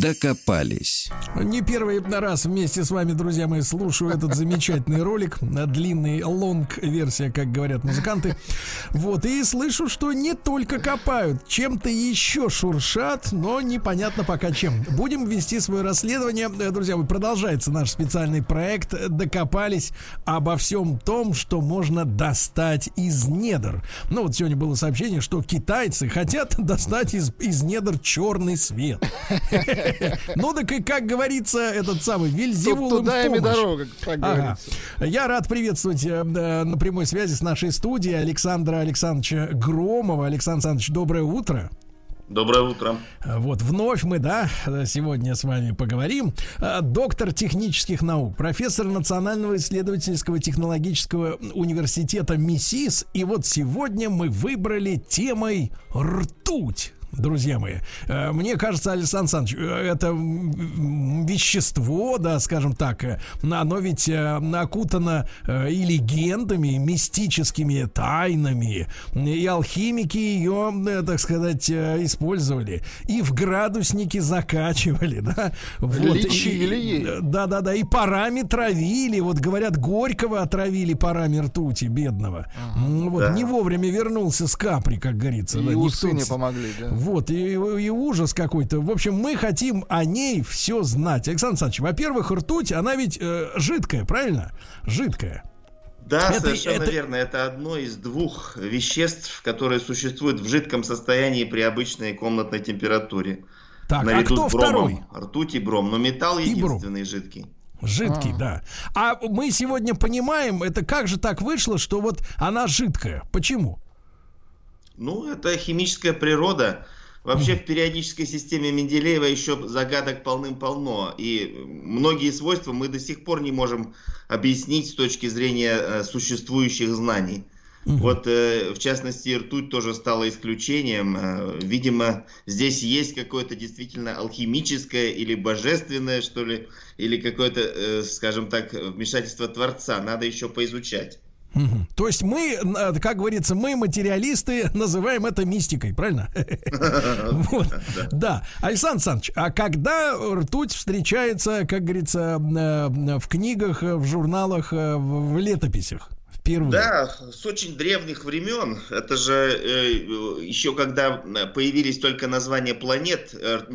Докопались. Не первый раз вместе с вами, друзья мои, слушаю этот замечательный ролик. Длинный лонг-версия, как говорят музыканты. Вот, и слышу, что не только копают, чем-то еще шуршат, но непонятно пока чем. Будем вести свое расследование. Друзья мои, продолжается наш специальный проект «Докопались» обо всем том, что можно достать из недр. Ну, вот сегодня было сообщение, что китайцы хотят достать из недр черный свет. Ну, так и, как говорится, этот самый Вельзевул им в помощь. Туда им дорога, как говорится. Я рад приветствовать на прямой связи с нашей студией Александра Александровича Громова. Александр Александрович, доброе утро. Доброе утро. Вот, вновь мы, сегодня с вами поговорим. Доктор технических наук, профессор Национального исследовательского технологического университета МИСИС. И вот сегодня мы выбрали темой ртуть. Друзья мои, мне кажется, Александр Александрович, это вещество, скажем так, оно ведь окутано и легендами, и мистическими тайнами, и алхимики ее, так сказать, использовали, и в градусники закачивали, лечили ей. Да, и парами травили, вот говорят, Горького отравили парами ртути, бедного. Не вовремя вернулся с Капри, как говорится. И усы не помогли, Вот, и ужас какой-то. В общем, мы хотим о ней все знать. Александр Александрович, во-первых, ртуть, она ведь жидкая, правильно? Жидкая. Да, совершенно верно. Это одно из двух веществ, которые существуют в жидком состоянии при обычной комнатной температуре. Так, наряду кто с бромом, второй? Ртуть и бром. Но металл единственный жидкий. Жидкий, да. А мы сегодня понимаем, это как же так вышло, что вот она жидкая? Почему? Ну, это химическая природа. Вообще в периодической системе Менделеева еще загадок полным-полно. И многие свойства мы до сих пор не можем объяснить с точки зрения существующих знаний. Вот, в частности, ртуть тоже стала исключением. Видимо, здесь есть какое-то действительно алхимическое или божественное, что ли, или какое-то, скажем так, вмешательство Творца. Надо еще поизучать. То есть мы, как говорится, мы, материалисты, называем это мистикой, правильно? Да. Александр Александрович, а когда ртуть встречается, как говорится, в книгах, в журналах, в летописях? Впервые. Да, с очень древних времен. Это же еще когда появились только названия планет,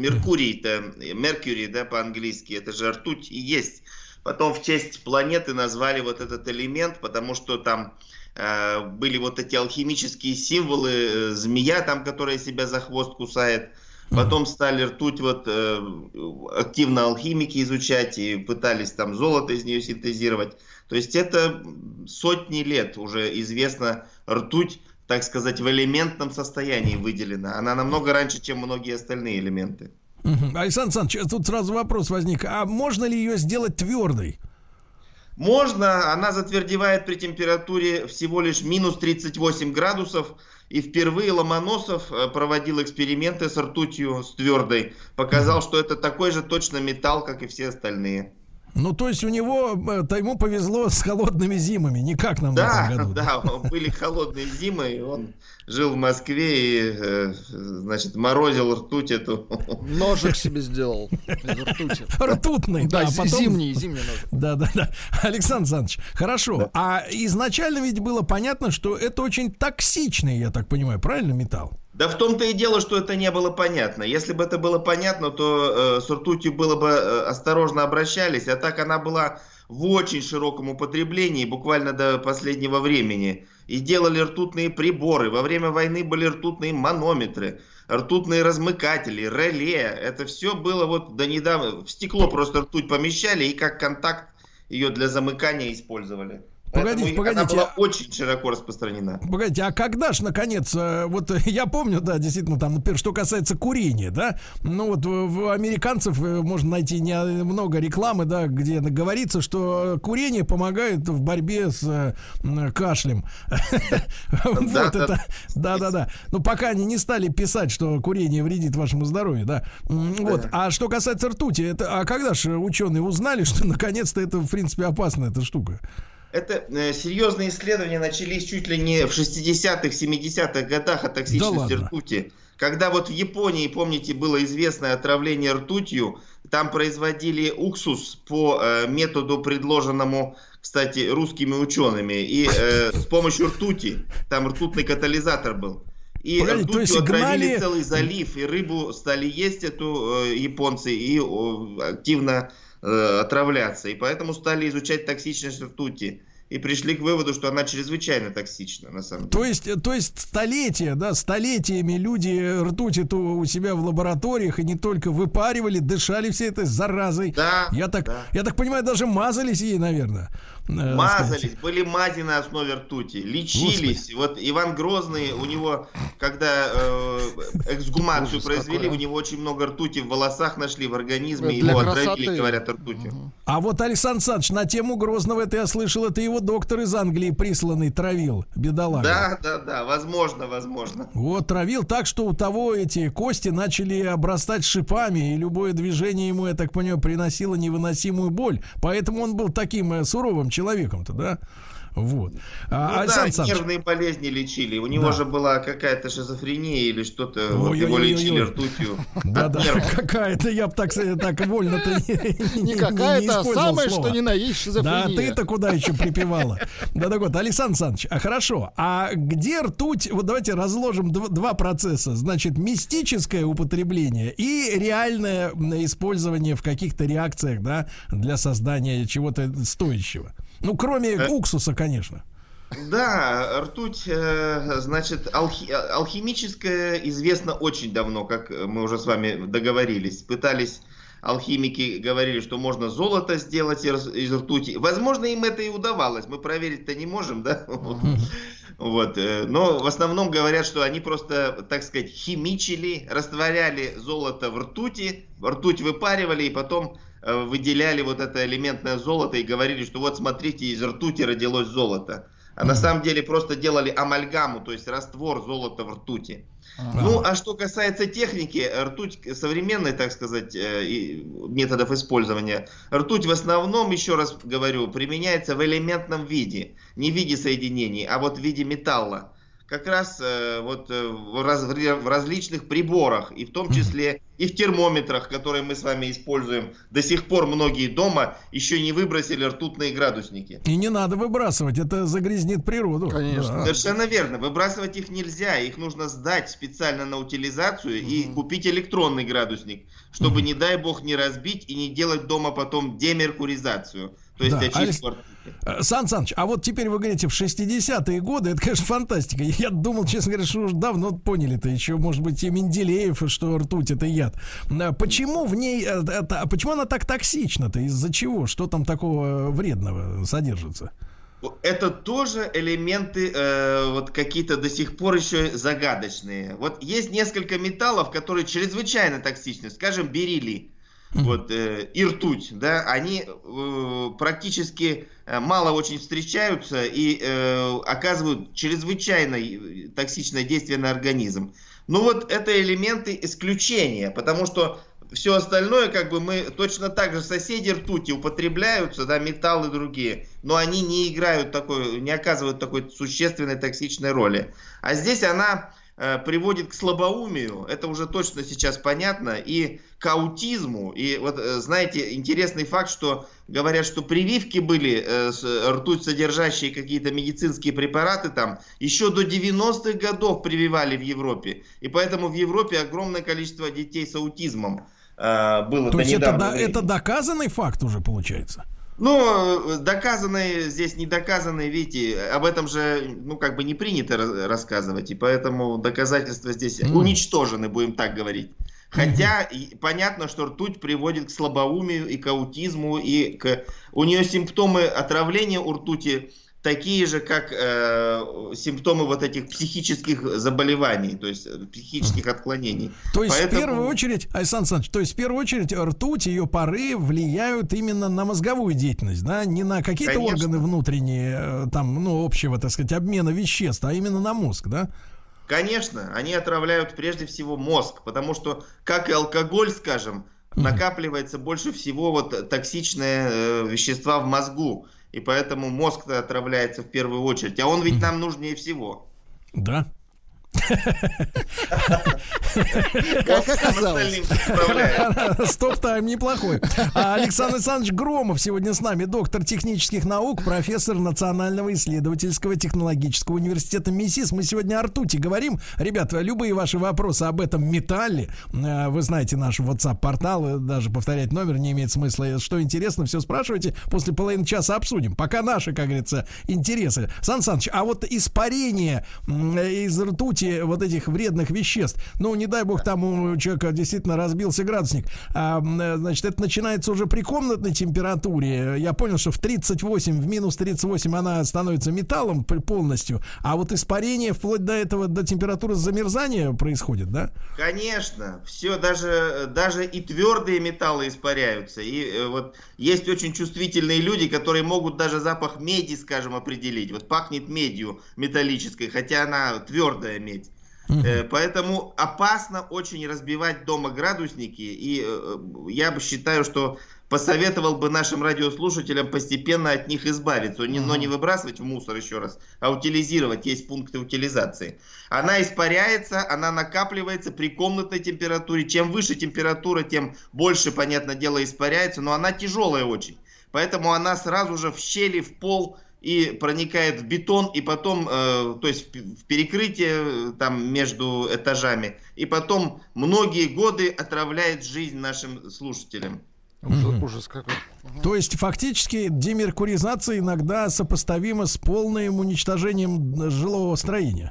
Меркурий, по-английски, это же ртуть и есть. Потом в честь планеты назвали вот этот элемент, потому что там были вот эти алхимические символы, змея там, которая себя за хвост кусает. Потом стали ртуть активно алхимики изучать и пытались там золото из нее синтезировать. То есть это сотни лет уже известно, ртуть, так сказать, в элементном состоянии выделена. Она намного раньше, чем многие остальные элементы. Александр Александрович, тут сразу вопрос возник. А можно ли ее сделать твердой? Можно. Она затвердевает при температуре всего лишь минус 38 градусов. И впервые Ломоносов проводил эксперименты с ртутью, с твердой. Показал, что это такой же точно металл, как и все остальные. Ну, то есть ему повезло с холодными зимами, не как нам в этом году. Да, были холодные зимы, и он жил в Москве и, морозил ртуть эту. Ножик себе сделал из ртути. Ртутный, да, зимний ножик. Да. Александр Александрович, хорошо. Да. А изначально ведь было понятно, что это очень токсичный, я так понимаю, правильно, металл? Да в том-то и дело, что это не было понятно. Если бы это было понятно, то с ртутью было бы осторожно обращались, а так она была в очень широком употреблении, буквально до последнего времени. И делали ртутные приборы. Во время войны были ртутные манометры, ртутные размыкатели, реле. Это все было вот до недавно. В стекло просто ртуть помещали и как контакт ее для замыкания использовали. Погодите. Она была очень широко распространена. Погодите, а когда ж, наконец, вот я помню, да, действительно, там, например, что касается курения, да, ну вот у американцев можно найти много рекламы, да, где говорится, что курение помогает в борьбе с кашлем. Вот это, да. Ну, пока они не стали писать, что курение вредит вашему здоровью, да. Вот, а что касается ртути, а когда же ученые узнали, что наконец-то это, в принципе, опасная эта штука? Это серьезные исследования начались чуть ли не в 60-х, 70-х годах о токсичности ртути. Когда вот в Японии, помните, было известное отравление ртутью, там производили уксус по методу, предложенному, кстати, русскими учеными, и с помощью ртути, там ртутный катализатор был. И ртутью отравили целый залив, и рыбу стали есть эту японцы и активно отравляться. И поэтому стали изучать токсичность ртути. И пришли к выводу, что она чрезвычайно токсична, на самом деле. То есть столетиями люди ртуть эту у себя в лабораториях и не только выпаривали, дышали всей этой заразой. Да, я так понимаю, даже мазались ей, наверное. Мазались, были мази на основе ртути, лечились. Господи. Вот Иван Грозный, у него, когда эксгумацию произвели, у него очень много ртути в волосах нашли, в организме, его отравили, говорят, ртутью. А вот Александр Александрович, на тему Грозного, это я слышал, это его доктор из Англии присланный травил, бедолага. Да, возможно. Вот, травил так, что у того эти кости начали обрастать шипами, и любое движение ему, я так понимаю, приносило невыносимую боль. Поэтому он был таким суровым человеком-то, да? Вот. Нервные болезни лечили. У него же была какая-то шизофрения или что-то. Его лечили ртутью. Да, какая-то, я бы так вольно-то не какая-то, а самое, что ни на есть шизофрения. Да, ты-то куда еще припевала. Да, так вот, Александр Александрович, хорошо. А где ртуть? Вот давайте разложим два процесса. Значит, мистическое употребление и реальное использование в каких-то реакциях, да, для создания чего-то стоящего. Ну, кроме уксуса, конечно. Да, ртуть, значит, алхимическая известна очень давно, как мы уже с вами договорились. Пытались, алхимики говорили, что можно золото сделать из ртути. Возможно, им это и удавалось. Мы проверить-то не можем, да? Вот. Но в основном говорят, что они просто, так сказать, химичили, растворяли золото в ртути, ртуть выпаривали и потом выделяли вот это элементное золото и говорили, что вот смотрите, из ртути родилось золото. А на самом деле просто делали амальгаму, то есть раствор золота в ртути. Ну, а что касается техники, ртуть современной, так сказать, методов использования, ртуть в основном, еще раз говорю, применяется в элементном виде. Не в виде соединений, а вот в виде металла. Как раз вот в различных приборах, и в том числе и в термометрах, которые мы с вами используем. До сих пор многие дома еще не выбросили ртутные градусники. И не надо выбрасывать, это загрязнит природу. Конечно. Да. Совершенно верно, выбрасывать их нельзя, их нужно сдать специально на утилизацию и купить электронный градусник, чтобы, не дай бог, не разбить и не делать дома потом демеркуризацию. То есть очистку ртути. Сан Саныч, а вот теперь вы говорите, в 60-е годы, это, конечно, фантастика. Я думал, честно говоря, что уже давно поняли-то, еще, может быть, и Менделеев, что ртуть это яд. Почему в ней, почему она так токсична-то? Из-за чего? Что там такого вредного содержится? Это тоже элементы вот какие-то до сих пор еще загадочные. Вот есть несколько металлов, которые чрезвычайно токсичны. Скажем, бериллий. Вот, и ртуть, да, они практически мало очень встречаются и оказывают чрезвычайно токсичное действие на организм. Ну вот это элементы исключения, потому что все остальное, как бы мы точно так же, соседи ртути употребляются, да, металлы другие, но они не играют такой, не оказывают такой существенной токсичной роли. А здесь она приводит к слабоумию, это уже точно сейчас понятно, и к аутизму. И вот, знаете, интересный факт, что говорят, что прививки были, ртуть содержащие какие-то медицинские препараты там, еще до 90-х годов прививали в Европе. И поэтому в Европе огромное количество детей с аутизмом было. То есть это доказанный факт уже получается? Ну, доказанные здесь, недоказанные, видите, об этом же, ну, как бы не принято рассказывать, и поэтому доказательства здесь уничтожены, будем так говорить. Хотя понятно, что ртуть приводит к слабоумию и к аутизму, и у нее симптомы отравления у ртути такие же, как симптомы вот этих психических заболеваний, то есть психических отклонений. То есть, в первую очередь, Александр Александрович, в первую очередь ртуть, ее пары влияют именно на мозговую деятельность, да, не на какие-то органы внутренние, там, ну, общего, так сказать, обмена веществ, а именно на мозг, да? Конечно, они отравляют прежде всего мозг, потому что, как и алкоголь, скажем, накапливается больше всего вот токсичные вещества в мозгу. И поэтому мозг-то отравляется в первую очередь. А он ведь нам нужнее всего. Да. Как оказалось. Стоп-тайм неплохой. Александр Александрович Громов сегодня с нами, доктор технических наук, профессор Национального исследовательского технологического университета МИСИС. Мы сегодня о ртути говорим. Ребята, любые ваши вопросы об этом металле, вы знаете наш WhatsApp-портал, даже повторять номер не имеет смысла. Что интересно, все спрашивайте. После половины часа обсудим. Пока наши, как говорится, интересы. Сан Саныч, а вот испарение из ртути вот этих вредных веществ, ну, не дай бог, там у человека действительно разбился градусник, значит, это начинается уже при комнатной температуре. Я понял, что в 38, в минус 38 она становится металлом полностью, а вот испарение вплоть до этого, до температуры замерзания происходит, да? Конечно, все, даже и твердые металлы испаряются. И вот есть очень чувствительные люди, которые могут даже запах меди, скажем, определить. Вот пахнет медью металлической, хотя она твердая медь. Поэтому опасно очень разбивать дома градусники. И я бы считаю, что посоветовал бы нашим радиослушателям постепенно от них избавиться, но не выбрасывать в мусор еще раз, а утилизировать. Есть пункты утилизации. Она испаряется, она накапливается при комнатной температуре. Чем выше температура, тем больше, понятное дело, испаряется, но она тяжелая очень. Поэтому она сразу же в щели, в пол и проникает в бетон, и потом, то есть в перекрытие там между этажами, и потом многие годы отравляет жизнь нашим слушателям. Ужас какой. То есть фактически демеркуризация иногда сопоставима с полным уничтожением жилого строения.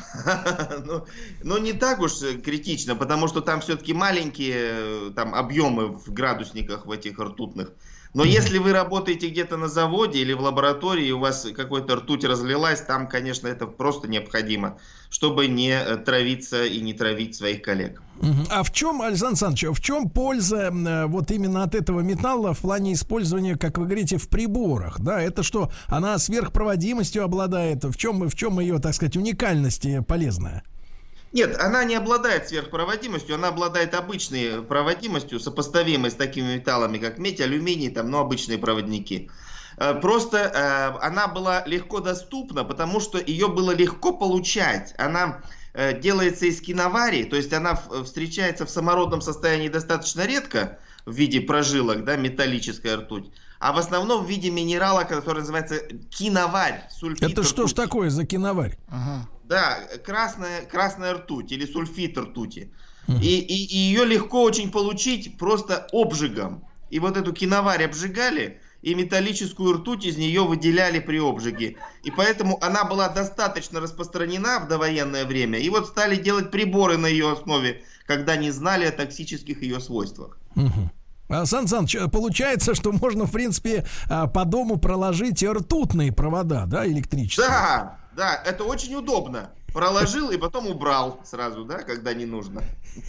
Ну, не так уж критично, потому что там все-таки маленькие там объемы в градусниках в этих ртутных. Но если вы работаете где-то на заводе или в лаборатории, и у вас какой-то ртуть разлилась, там, конечно, это просто необходимо, чтобы не травиться и не травить своих коллег. А в чем, Александр Александрович, в чем польза вот именно от этого металла в плане использования, как вы говорите, в приборах? Да, это что, она сверхпроводимостью обладает? В чем ее, так сказать, уникальность полезная? Нет, она не обладает сверхпроводимостью, она обладает обычной проводимостью, сопоставимой с такими металлами, как медь, алюминий, там, ну, обычные проводники. Просто она была легко доступна, потому что ее было легко получать. Она делается из киноварии, то есть она встречается в самородном состоянии достаточно редко, в виде прожилок, да, металлическая ртуть, а в основном в виде минерала, который называется киноварь, сульфид. Это что ж такое за киноварь? Да, красная ртуть или сульфид ртути. И ее легко очень получить просто обжигом. И вот эту киноварь обжигали, и металлическую ртуть из нее выделяли при обжиге. И поэтому она была достаточно распространена в довоенное время. И вот стали делать приборы на ее основе, когда не знали о токсических ее свойствах. Сан Саныч, получается, что можно, в принципе, по дому проложить ртутные провода, да, электрические? Да, это очень удобно. Проложил и потом убрал сразу, да, когда не нужно.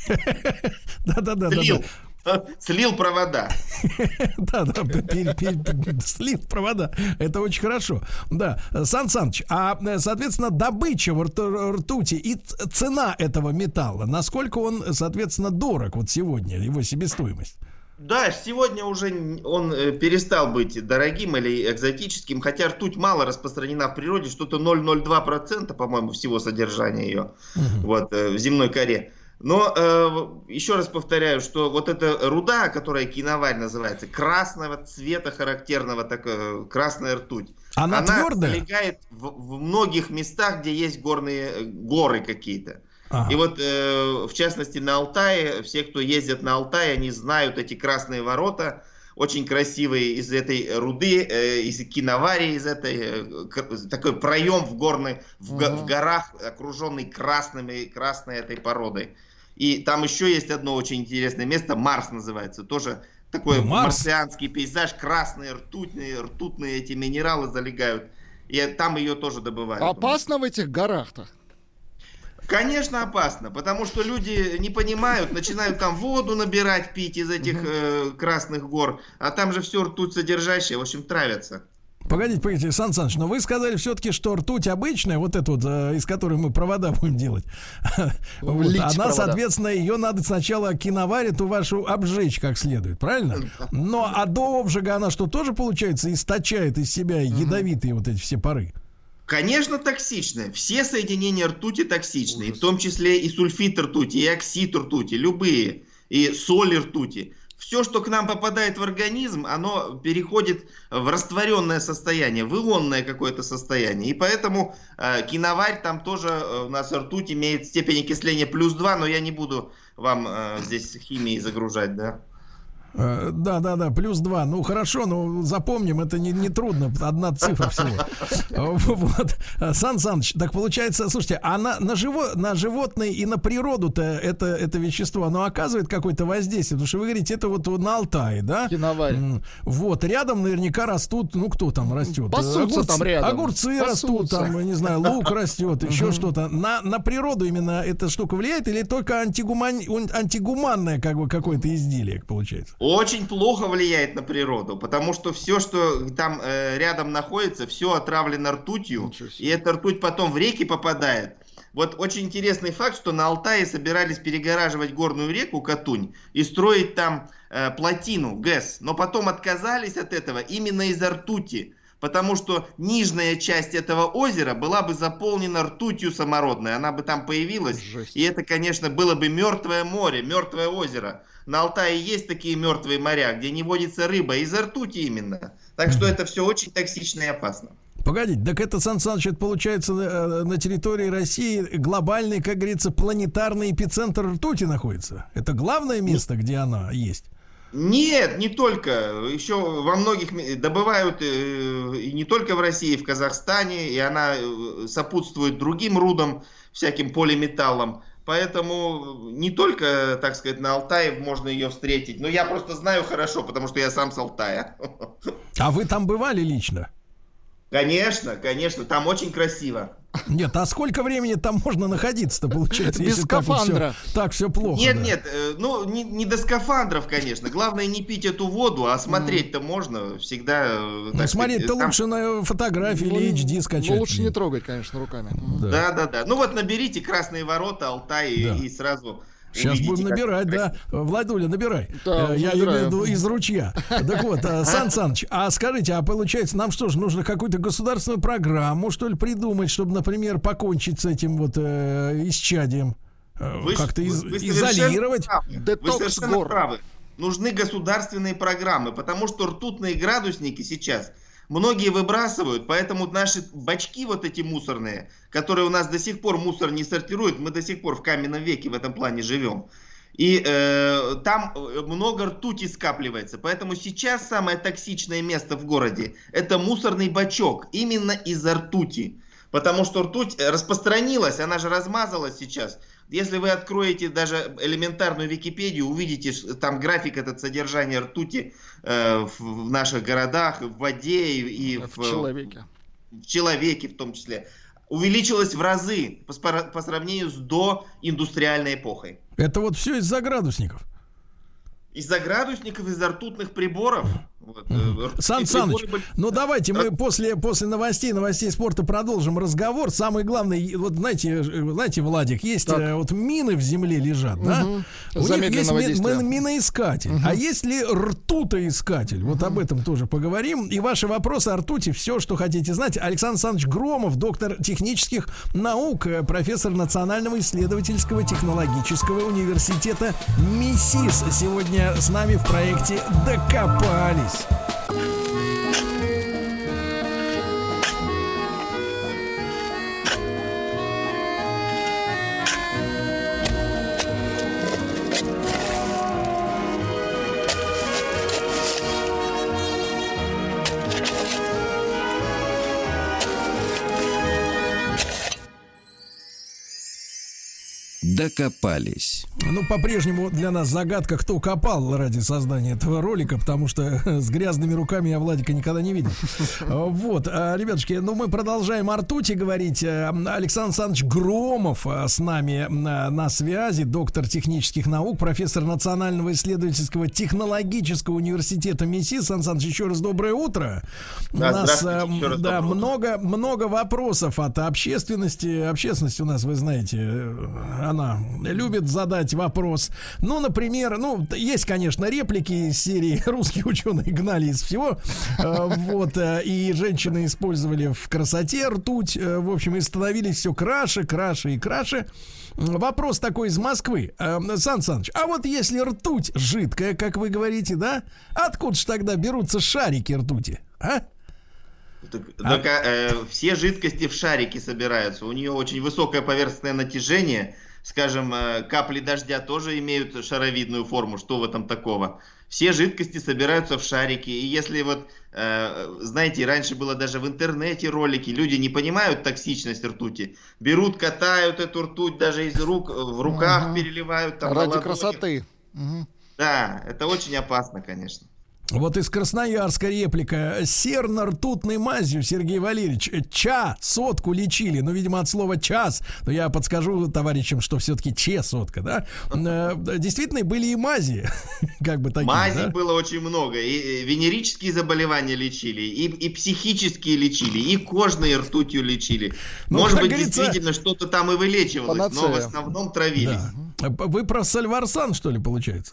Да. Слил провода. Да, слил провода. Это очень хорошо. Да, Сан Саныч, а, соответственно, добыча ртути и цена этого металла, насколько он, соответственно, дорог вот сегодня, его себестоимость? Да, сегодня уже он перестал быть дорогим или экзотическим, хотя ртуть мало распространена в природе, что-то 0,02%, по-моему, всего содержания ее вот, в земной коре. Но еще раз повторяю, что вот эта руда, которая киноварь называется, красного цвета характерного, такая красная ртуть, она твердая? залегает в многих местах, где есть горы какие-то. И вот, в частности, на Алтае, все, кто ездят на Алтай, они знают эти красные ворота, очень красивые, из этой руды, из киноварии, из этой, такой проем в горах, окруженный красной этой породой. И там еще есть одно очень интересное место, Марс называется, тоже такой марсианский пейзаж, красные ртутные эти минералы залегают, и там ее тоже добывают. Опасно в этих горах-то? Конечно, опасно, потому что люди не понимают, начинают там воду набирать, пить из этих красных гор, а там же все ртуть содержащее, в общем, травятся. Погодите, Сан Саныч, но вы сказали все-таки, что ртуть обычная, вот эта вот, из которой мы провода будем делать, вот, она, провода. Соответственно, ее надо сначала киноварь эту вашу обжечь как следует, правильно? Но а до обжига она что, тоже, получается, источает из себя ядовитые вот эти все пары? Конечно, токсичное. Все соединения ртути токсичны, в том числе и сульфид ртути, и оксид ртути, любые, и соль ртути. Все, что к нам попадает в организм, оно переходит в растворенное состояние, в ионное какое-то состояние. И поэтому киноварь, там тоже у нас ртуть имеет степень окисления +2, но я не буду вам здесь химией загружать, да. Да, +2. Ну хорошо, ну запомним, это не трудно, одна цифра всего. Вот. Сан Саныч, так получается, слушайте, а на животные и на природу-то это вещество, оно оказывает какое-то воздействие? Потому что вы говорите, это вот на Алтае, да? Киноварь. Вот, рядом наверняка растут, ну кто там растет? Пасутся там рядом. Огурцы растут, там, не знаю, лук растет, еще что-то. На природу именно эта штука влияет или только антигуманное как бы какое-то изделие получается? Очень плохо влияет на природу, потому что все, что там рядом находится, все отравлено ртутью, и эта ртуть потом в реки попадает. Вот очень интересный факт, что на Алтае собирались перегораживать горную реку Катунь и строить там плотину, ГЭС, но потом отказались от этого именно из-за ртути. Потому что нижняя часть этого озера была бы заполнена ртутью самородной, она бы там появилась. Жесть. И это, конечно, было бы мертвое море, мертвое озеро. На Алтае есть такие мертвые моря, где не водится рыба, из-за ртути именно. Так что это все очень токсично и опасно. Погодите, так это, Сан Саныч, это получается на территории России глобальный, как говорится, планетарный эпицентр ртути находится? Это главное место, где она есть? Нет, не только. Еще во многих добывают и не только в России, в Казахстане, и она сопутствует другим рудам, всяким полиметаллам. Поэтому не только, так сказать, на Алтае можно ее встретить. Но я просто знаю хорошо, потому что я сам с Алтая. А вы там бывали лично? Конечно, конечно, там очень красиво. Нет, а сколько времени там можно находиться-то, получается, без скафандра? Так все плохо. Нет, ну не до скафандров, конечно. Главное не пить эту воду, а смотреть-то можно всегда. Ну, смотреть-то лучше на фотографии или HD скачать. Ну, лучше не трогать, конечно, руками. Да. Ну вот наберите «Красные ворота», Алтай, и сразу... Сейчас будем набирать, да. Владуля, набирай. Да, я имею в виду из ручья. Так вот, Сан Саныч, а скажите, а получается, нам что же, нужно какую-то государственную программу, что ли, придумать, чтобы, например, покончить с этим вот исчадием? Как-то изолировать? Вы совершенно правы. Нужны государственные программы, потому что ртутные градусники сейчас... Многие выбрасывают, поэтому наши бачки вот эти мусорные, которые у нас до сих пор мусор не сортируют, мы до сих пор в каменном веке в этом плане живем. И там много ртути скапливается. Поэтому сейчас самое токсичное место в городе – это мусорный бачок, именно из-за ртути. Потому что ртуть распространилась, она же размазалась сейчас. Если вы откроете даже элементарную Википедию, увидите там график этот содержания ртути в наших городах, в воде и в человеке. В человеке в том числе. Увеличилось в разы по сравнению с доиндустриальной эпохой. Это вот все из-за градусников? Из-за градусников, из-за ртутных приборов. Вот, Сан Саныч, ну давайте мы после новостей спорта продолжим разговор. Самое главное, вот знаете, Владик, есть вот мины в земле лежат, да? У них есть миноискатель. А есть ли ртутоискатель? Вот об этом тоже поговорим. И ваши вопросы о ртути, все, что хотите знать. Александр Александрович Громов, доктор технических наук, профессор Национального исследовательского технологического университета МИСИС. Сегодня с нами в проекте «Докопались». Докопались. Ну, по-прежнему для нас загадка, кто копал ради создания этого ролика, потому что с грязными руками я Владика никогда не видел. Вот, ребятушки, ну мы продолжаем о ртути говорить. Александр Александрович Громов с нами на связи, доктор технических наук, профессор Национального исследовательского технологического университета МИСИС. Сан Саныч, еще раз доброе утро. Да, у нас много вопросов от общественности. Общественность у нас, вы знаете, она тема. Любит задать вопрос. Ну, например, есть, конечно, реплики из серии «Русские ученые гнали из всего». Вот, и женщины использовали в красоте ртуть. В общем, и становились все краше, краше и краше. Вопрос такой из Москвы. Сан Саныч, а вот если ртуть жидкая, как вы говорите, да? Откуда же тогда берутся шарики ртути, а? Все жидкости в шарике собираются. У нее очень высокое поверхностное натяжение. Скажем, капли дождя тоже имеют шаровидную форму. Что в этом такого? Все жидкости собираются в шарике. И если вот, знаете, раньше было даже в интернете ролики, люди не понимают токсичность ртути. Берут, катают эту ртуть даже из рук, в руках переливают. Там, ради красоты. Да, это очень опасно, конечно. Вот из Красноярска реплика. Серно-ртутной мазью, Сергей Валерьевич, сотку лечили. Ну, видимо, от слова час. Но я подскажу товарищам, что все-таки сотка, да? Действительно, были и мази. Как бы такие, мази да? было очень много. И венерические заболевания лечили, и психические лечили, и кожные ртутью лечили. Может быть, действительно, что-то там и вылечивалось, но в основном травились. Да. Вы про Сальварсан, что ли, получается?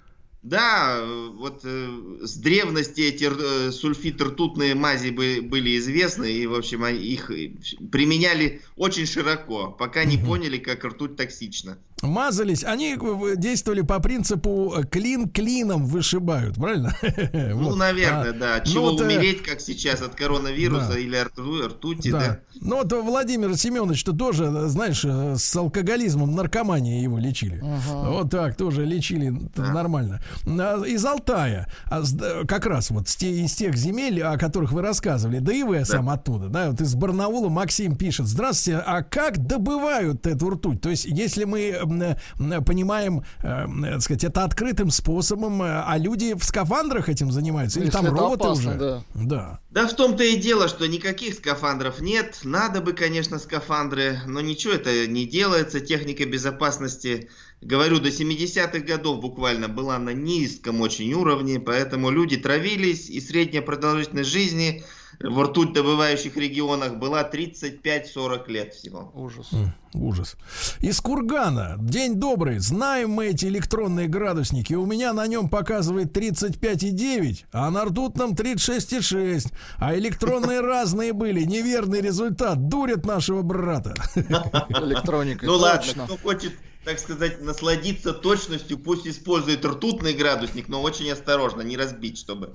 Да, вот с древности эти сульфид-ртутные мази были известны, и, в общем, их применяли очень широко, пока не поняли, как ртуть токсична. Мазались, они действовали по принципу клин клином вышибают, правильно? Ну, наверное, да. Чего умереть, как сейчас, от коронавируса или ртути, да. Ну, вот Владимир Семенович-то тоже, знаешь, с алкоголизмом, наркоманией его лечили. Вот так тоже лечили нормально. Из Алтая, как раз вот из тех земель, о которых вы рассказывали, да и вы сам оттуда, да, вот из Барнаула Максим пишет: здравствуйте, а как добывают эту ртуть? То есть, если мы понимаем, так сказать, это открытым способом, а люди в скафандрах этим занимаются, или там роботы уже? Да, в том-то и дело, что никаких скафандров нет. Надо бы, конечно, скафандры, но ничего это не делается. Техника безопасности, говорю, до 70-х годов буквально была на низком очень уровне, поэтому люди травились, и средняя продолжительность жизни в ртуть-добывающих регионах была 35-40 лет всего. Ужас. Из Кургана. День добрый. Знаем мы эти электронные градусники. У меня на нем показывает 35,9, а на ртутном 36,6. А электронные разные были. Неверный результат. Дурят нашего брата. Электроника. Ну ладно, кто хочет, так сказать, насладиться точностью, пусть использует ртутный градусник, но очень осторожно, не разбить, чтобы...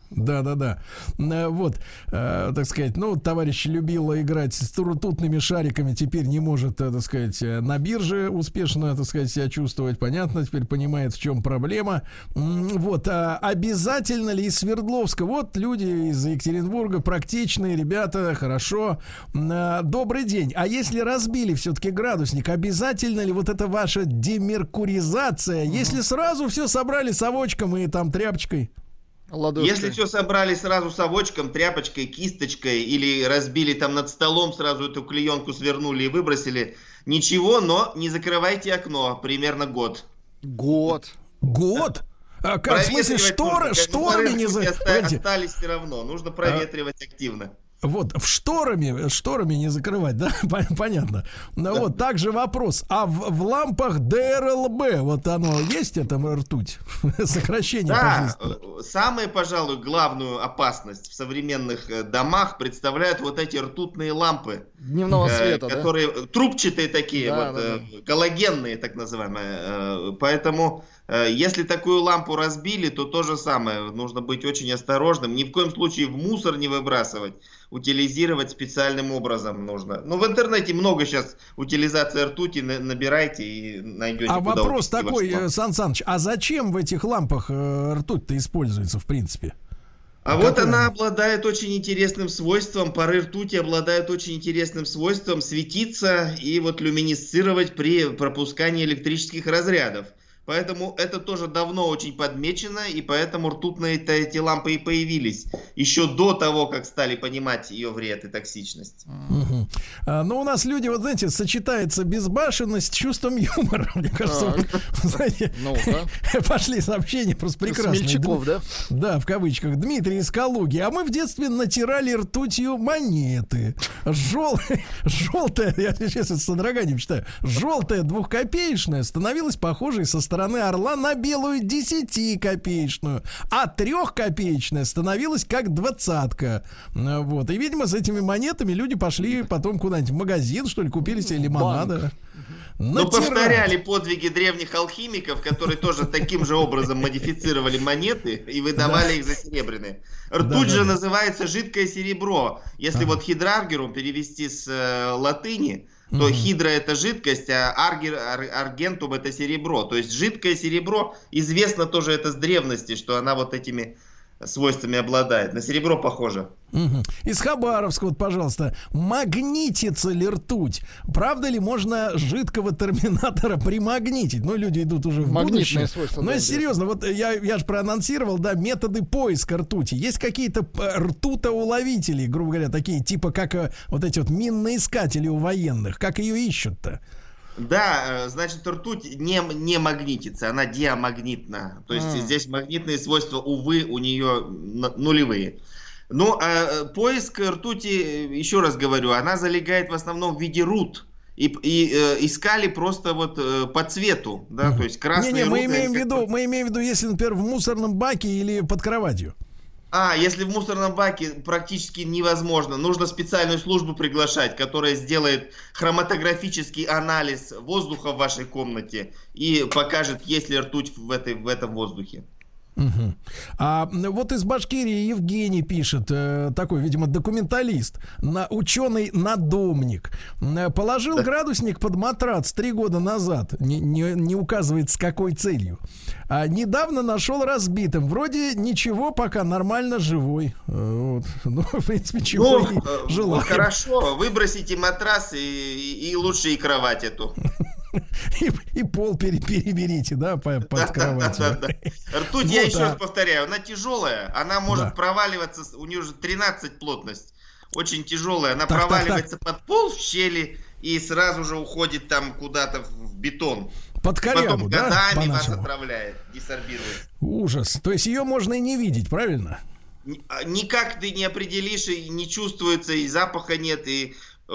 Да. Вот, так сказать, товарищ любил играть с ртутными шариками, теперь не может, так сказать, на бирже успешно, так сказать, себя чувствовать. Понятно, теперь понимает, в чем проблема. Вот, обязательно ли из Свердловска? Вот люди из Екатеринбурга, практичные ребята, хорошо. Добрый день. А если разбили все-таки градусник, обязательно ли вот это ваша демеркуризация, если сразу все собрали совочком и там тряпочкой? Ладошкой. Если все собрали сразу совочком, тряпочкой, кисточкой или разбили там над столом, сразу эту клеенку свернули и выбросили, ничего, но не закрывайте окно, примерно год. Год? А как, в смысле, шторами не закрывать? Остались все равно, нужно проветривать активно. Вот, шторами не закрывать, да? Понятно. Ну вот, также вопрос. А в лампах ДРЛБ, вот оно есть, это ртуть? Сокращение. Да, самую, пожалуй, главную опасность в современных домах представляют вот эти ртутные лампы. Дневного света, которые трубчатые такие, галогенные, так называемые. Поэтому, если такую лампу разбили, то то же самое. Нужно быть очень осторожным. Ни в коем случае в мусор не выбрасывать. Утилизировать специальным образом нужно. В интернете много сейчас утилизации ртути, набирайте и найдете. А вопрос такой, Сан Саныч, а зачем в этих лампах ртуть-то используется в принципе? Вот она обладает очень интересным свойством, пары ртути обладают очень интересным свойством светиться и вот люминесцировать при пропускании электрических разрядов. Поэтому это тоже давно очень подмечено, и поэтому ртутные эти лампы и появились еще до того, как стали понимать ее вред и токсичность. Но у нас люди, вот знаете, сочетается безбашенность с чувством юмора. Мне кажется, знаете, пошли сообщения просто прекрасные. Смельчаков, да? Да, в кавычках. Дмитрий из Калуги. А мы в детстве натирали ртутью монеты. Желтая, я сейчас с содроганием читаю, желтая двухкопеечная становилась похожей со стороны орла на белую 10-копеечную, а 3-копеечная становилась как 20-ка. Вот. И, видимо, с этими монетами люди пошли потом куда-нибудь в магазин, что ли, купили себе лимонада. Ну, повторяли подвиги древних алхимиков, которые тоже таким же образом модифицировали монеты и выдавали их за серебряные. Ртуть же называется жидкое серебро. Если вот хидраргерум перевести с латыни, то хидра это жидкость, а аргентум это серебро. То есть жидкое серебро, известно тоже это с древности, что она вот этими свойствами обладает. На серебро похоже. Из Хабаровска, вот, пожалуйста, магнитится ли ртуть? Правда ли можно жидкого терминатора примагнитить? Ну, люди идут уже в будущее. Свойства, но серьезно, вот я же проанонсировал, да, методы поиска ртути. Есть какие-то ртутоуловители, грубо говоря, такие, типа как вот эти вот минноискатели у военных. Как ее ищут-то? Да, значит, ртуть не магнитится, она диамагнитна. То есть здесь магнитные свойства, увы, у нее нулевые. Ну, а поиск ртути, еще раз говорю, она залегает в основном в виде руд. И искали просто вот по цвету, да, то есть красные руды. Мы имеем в виду, если, например, в мусорном баке или под кроватью. Если в мусорном баке практически невозможно, нужно специальную службу приглашать, которая сделает хроматографический анализ воздуха в вашей комнате и покажет, есть ли ртуть в этом воздухе. А вот из Башкирии Евгений пишет, такой, видимо, документалист, ученый-надомник, положил градусник под матрац 3 года назад, не указывает с какой целью, а недавно нашел разбитым, вроде ничего, пока нормально живой. Вот. Ну, в принципе, чего и желаю. Хорошо, выбросите матрас и лучше и кровать эту. И пол переберите, да, под кроватью. Ртуть, я еще раз повторяю, она тяжелая, она может проваливаться, у нее уже 13 плотность, очень тяжелая, она проваливается под пол в щели и сразу же уходит там куда-то в бетон. Под корягу, да? Годами вас отравляет, десорбирует. Ужас, то есть ее можно и не видеть, правильно? Никак ты не определишь, и не чувствуется, и запаха нет, и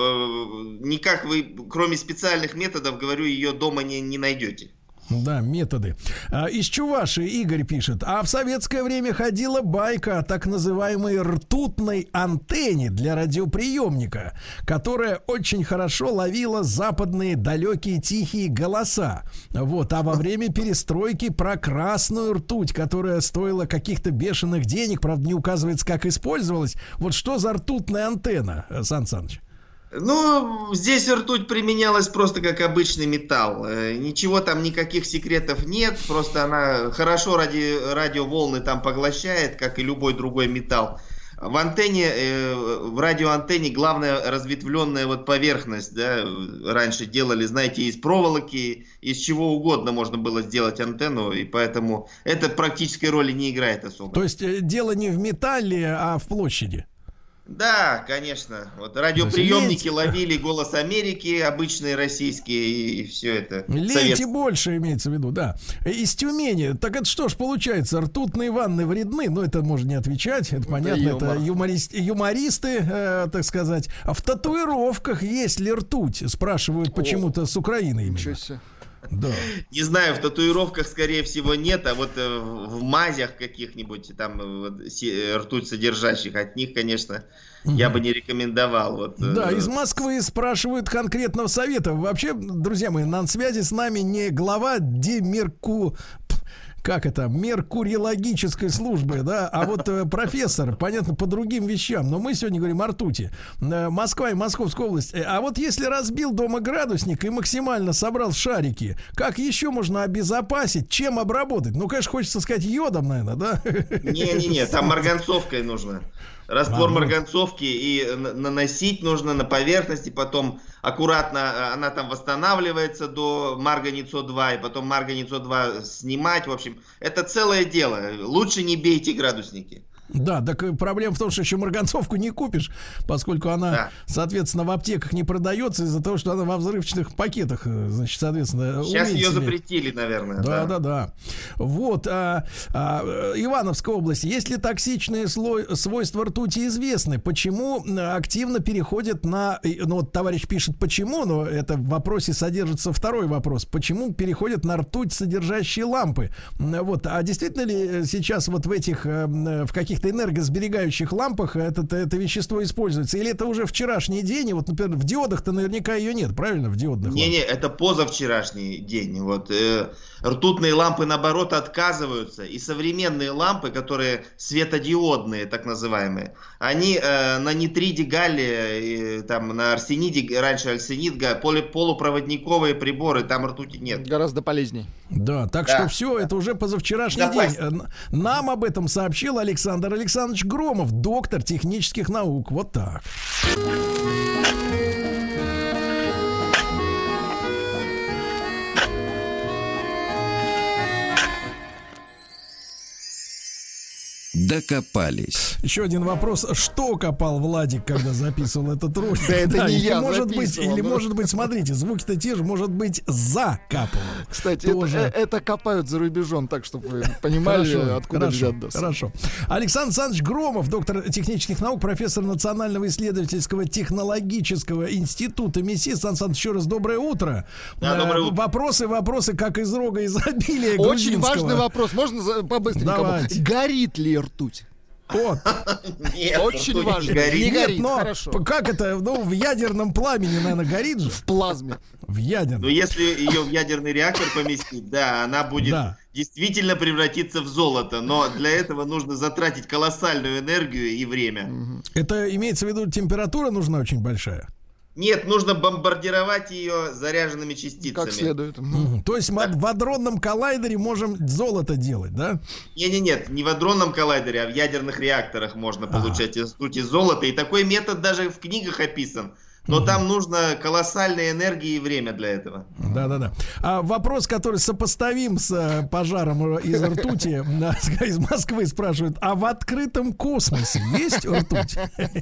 никак вы, кроме специальных методов, говорю, ее дома не найдете. Да, методы. Из Чувашии Игорь пишет: а в советское время ходила байка о так называемой ртутной антенне для радиоприемника, которая очень хорошо ловила западные далекие тихие голоса. Вот, а во время перестройки про красную ртуть, которая стоила каких-то бешеных денег, правда, не указывается, как использовалась. Вот что за ртутная антенна, Сан Саныч? Ну, здесь ртуть применялась просто как обычный металл. Ничего там, никаких секретов нет. Просто она хорошо радиоволны там поглощает, как и любой другой металл. В антенне, в радиоантенне главная разветвленная вот поверхность, да, раньше делали, знаете, из проволоки, из чего угодно можно было сделать антенну, и поэтому это практической роли не играет особо. То есть дело не в металле, а в площади? Да, конечно. Вот радиоприемники ловили голос Америки, обычные российские, и все это. Лейте больше, имеется в виду, да. Из Тюмени. Так это что ж получается? Ртутные ванны вредны? Ну, это можно не отвечать. Это понятно. Это юмористы, так сказать. А в татуировках есть ли ртуть? Спрашивают почему-то с Украины именно. Да. Не знаю, в татуировках, скорее всего, нет, а вот в мазях каких-нибудь, там ртуть содержащих, от них, конечно, я бы не рекомендовал. Вот, да, из Москвы спрашивают конкретного совета. Вообще, друзья мои, на связи с нами не глава меркуриологической службы, да, а вот профессор, понятно, по другим вещам. Но мы сегодня говорим о ртути. Москва и Московская область. А вот если разбил дома градусник и максимально собрал шарики, как еще можно обезопасить? Чем обработать? Ну, конечно, хочется сказать йодом, наверное, да? Не-не-не, там марганцовкой нужно. раствор марганцовки и наносить нужно на поверхности, потом аккуратно она там восстанавливается до марганец-О2, и потом марганец-О2 снимать. В общем, это целое дело. Лучше не бейте градусники. Да, так проблема в том, что еще марганцовку не купишь, поскольку она, соответственно, в аптеках не продается из-за того, что она во взрывчатых пакетах, значит, соответственно, сейчас ее запретили, наверное. Да. Вот, Ивановская область. Если токсичные свойства ртути известны, почему активно переходят на... Ну, вот товарищ пишет, почему, но это в вопросе содержится второй вопрос. Почему переходят на ртуть содержащие лампы? Вот, а действительно ли сейчас вот в этих, в каких-то энергосберегающих лампах это вещество используется? Или это уже вчерашний день? И вот, например, в диодах-то наверняка ее нет, правильно? В диодных лампах? Не, это позавчерашний день. Вот, ртутные лампы, наоборот, отказываются. И современные лампы, которые светодиодные, так называемые, они на нитриде галлия, там, на арсениде, раньше арсенид, полупроводниковые приборы, там ртути нет. Гораздо полезней. Да, так что все, это уже позавчерашний день. Нам об этом сообщил Александр Александрович Громов, доктор технических наук. Вот так. Докопались. Еще один вопрос. Что копал Владик, когда записывал этот ролик? Да это не я записывал. Или может быть, смотрите, звуки-то те же, может быть, закапывал. Кстати, это копают за рубежом, так чтобы вы понимали, откуда взят ДОС. Хорошо. Александр Александрович Громов, доктор технических наук, профессор Национального исследовательского технологического института МИСИ. Александр Александрович, еще раз доброе утро. Да, доброе утро. Вопросы, как из рога изобилия грузинского. Очень важный вопрос. Можно по-быстренькому? Горит ли ртуть? Вот. Нет, очень важно. Не горит. Но хорошо. Как это? Ну, в ядерном пламени, наверное, горит же. В плазме. В ядерном. Но если ее в ядерный реактор поместить, да, она будет действительно превратиться в золото. Но для этого нужно затратить колоссальную энергию и время. Это имеется в виду, температура нужна очень большая? Нет, нужно бомбардировать ее заряженными частицами. Как следует. То есть мы в адронном коллайдере можем золото делать, да? Нет, не в адронном коллайдере, а в ядерных реакторах можно получать из ртути золото. И такой метод даже в книгах описан. Но там нужно колоссальной энергии и время для этого. Да. А вопрос, который сопоставим с пожаром из ртути, из Москвы спрашивают: а в открытом космосе есть ртуть?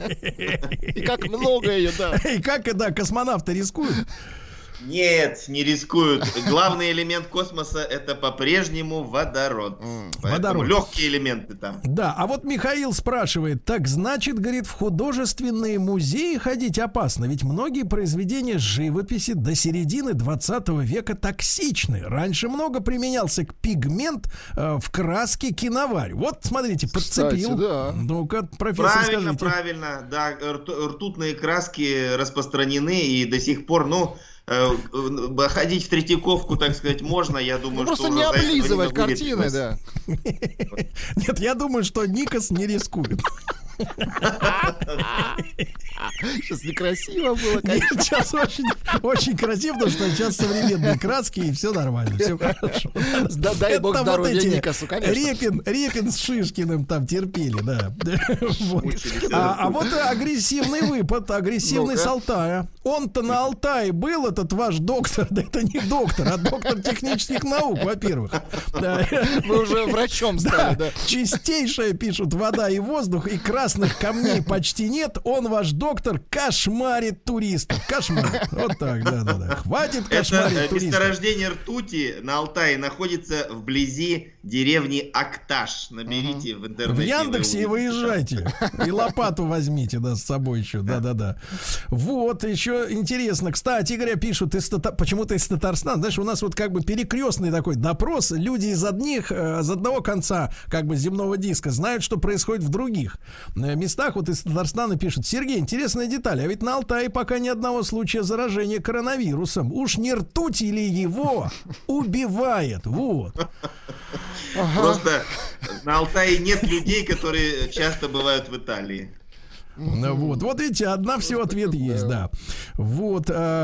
И как много ее, да. И как, космонавты рискуют? Нет, не рискуют. Главный элемент космоса — это по-прежнему водород. Поэтому легкие элементы там. Да, а вот Михаил спрашивает: так значит, говорит, в художественные музеи ходить опасно? Ведь многие произведения живописи до середины 20 века токсичны. Раньше много применялся пигмент в краске киноварь. Вот, смотрите, подцепил. Кстати, да. Ну-ка, профессор, скажите. Правильно. Да, ртутные краски распространены и до сих пор, ходить в Третьяковку, так сказать, можно. Я думаю, просто что не облизывать картины, да. Нет, я думаю, что Никос не рискует. Сейчас некрасиво было, конечно. Нет, сейчас очень красиво, потому что сейчас современные краски, и все нормально, все хорошо. Да, дай бог здоровья Никосу, конечно. Репин с Шишкиным там терпели, да. А вот агрессивный выпад, агрессивный с Алтая. Он-то на Алтае был, этот ваш доктор, да это не доктор, а доктор технических наук, во-первых. Мы уже врачом стали, да. Чистейшая, пишут, вода и воздух, и красных камней почти нет. Он, ваш доктор, кошмарит туристов. Кошмарит. Вот так, да. Хватит кошмарить туристов. Месторождение ртути на Алтае находится вблизи деревни Акташ. Наберите в интернете. В Яндексе и выезжайте. И лопату возьмите, с собой еще. Да. Вот, еще интересно. Кстати, Игоря пишут, почему-то из Татарстана. Знаешь, у нас вот как бы перекрестный такой допрос. Люди из одного конца как бы земного диска знают, что происходит в других местах. Вот из Татарстана пишут: Сергей, интересная деталь, а ведь на Алтае пока ни одного случая заражения коронавирусом. Уж не ртуть или его убивает. Вот. Просто на Алтае нет людей, которые часто бывают в Италии. Вот видите, одна всего ответ есть, да. Вот,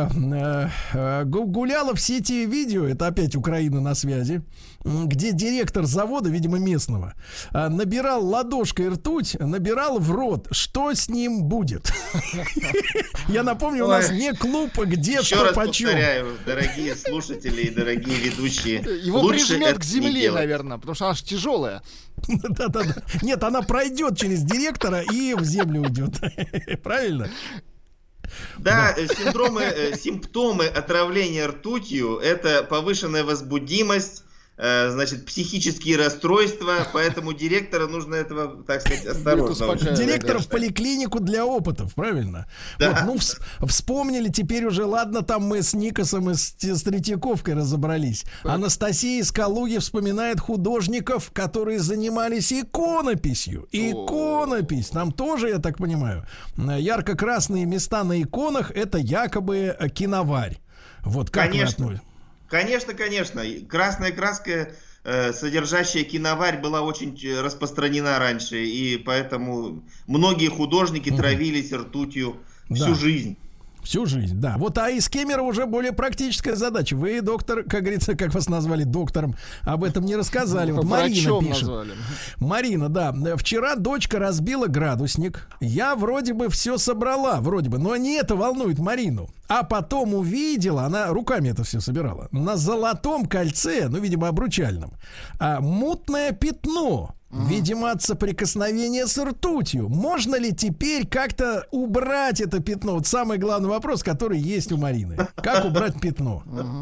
гуляло в сети видео, это опять Украина на связи, где директор завода, видимо, местного, набирал ладошкой ртуть, набирал в рот. Что с ним будет? Я напомню, у нас не клуб, где что почем. Еще раз повторяю, дорогие слушатели и дорогие ведущие, его прижмет к земле, наверное, потому что она же тяжелая. Да. Нет, она пройдет через директора и в землю уйдет. Правильно? Да, симптомы отравления ртутью — это повышенная возбудимость, значит, психические расстройства, поэтому директора нужно этого, так сказать, осторожно. Директор в поликлинику для опытов, правильно? Да. Вот, вспомнили теперь уже, ладно, там мы с Никосом и с Третьяковкой разобрались. Анастасия из Калуги вспоминает художников, которые занимались иконописью. Иконопись, там тоже, я так понимаю, ярко-красные места на иконах — это якобы киноварь. Вот как вы относитесь? Конечно. Красная краска, содержащая киноварь, была очень распространена раньше, и поэтому многие художники травились ртутью всю жизнь. Всю жизнь, да. Вот, а из Кемера уже более практическая задача. Вы, доктор, как говорится, как вас назвали доктором, об этом не рассказали. Вот Марина пишет. Марина, да. Вчера дочка разбила градусник. Я вроде бы все собрала, но не это волнует Марину. А потом увидела, она руками это все собирала, на золотом кольце, видимо, обручальном, мутное пятно. Видимо, от соприкосновения с ртутью. Можно ли теперь как-то убрать это пятно? Вот самый главный вопрос, который есть у Марины. Как убрать пятно?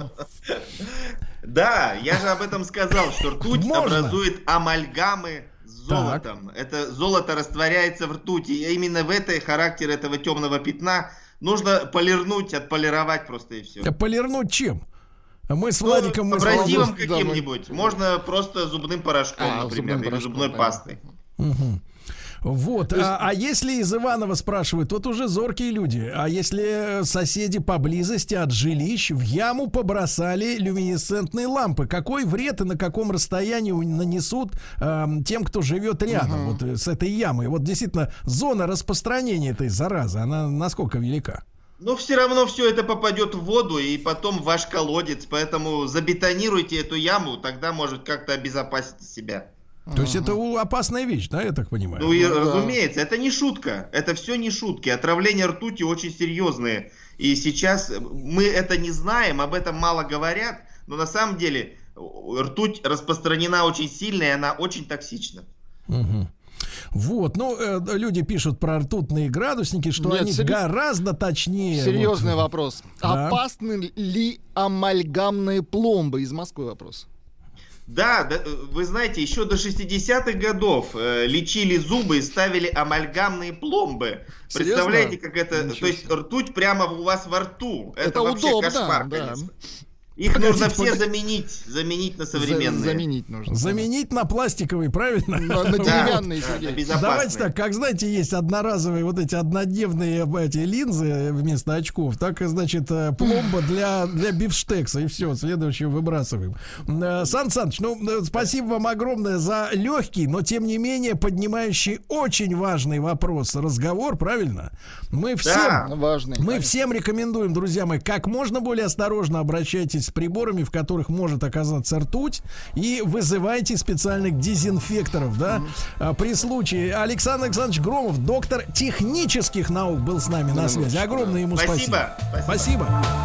Да, я же об этом сказал, что ртуть образует амальгамы с золотом. Это золото растворяется в ртути. И именно в этой характер этого темного пятна нужно отполировать просто и все. Полирнуть чем? Мы с Владиком... абразивом каким-нибудь. Можно просто зубным порошком, например, или зубной пастой. Вот, а если из Иванова спрашивают, вот уже зоркие люди, а если соседи поблизости от жилищ в яму побросали люминесцентные лампы, какой вред и на каком расстоянии нанесут тем, кто живет рядом вот с этой ямой? Вот действительно, зона распространения этой заразы, она насколько велика? Но все равно все это попадет в воду и потом в ваш колодец, поэтому забетонируйте эту яму, тогда может как-то обезопасить себя. То есть это опасная вещь, да, я так понимаю? Ну и разумеется, это не шутка, это все не шутки, отравления ртутью очень серьезные. И сейчас мы это не знаем, об этом мало говорят, но на самом деле ртуть распространена очень сильно, и она очень токсична. Вот, люди пишут про ртутные градусники, что они гораздо точнее. Серьезный вопрос. Да. Опасны ли амальгамные пломбы? Из Москвы вопрос. Да, вы знаете, еще до 60-х годов лечили зубы и ставили амальгамные пломбы. Серьезно? Представляете, как это? То есть ртуть прямо у вас во рту. Это вообще удобно, кошмар, конечно. Их нужно все заменить на современные. Заменить нужно. Заменить на пластиковые, правильно? На деревянные. Давайте так, как знаете, есть одноразовые вот эти однодневные линзы вместо очков, так и, значит, пломба для бифштекса, и все, следующего выбрасываем. Сан Саныч, спасибо вам огромное за легкий, но тем не менее поднимающий очень важный вопрос, разговор, правильно? Мы всем рекомендуем, друзья мои, как можно более осторожно обращайтесь с приборами, в которых может оказаться ртуть, и вызывайте специальных дезинфекторов, да. При случае Александр Александрович Громов, доктор технических наук, был с нами на связи. Огромное ему спасибо. Спасибо.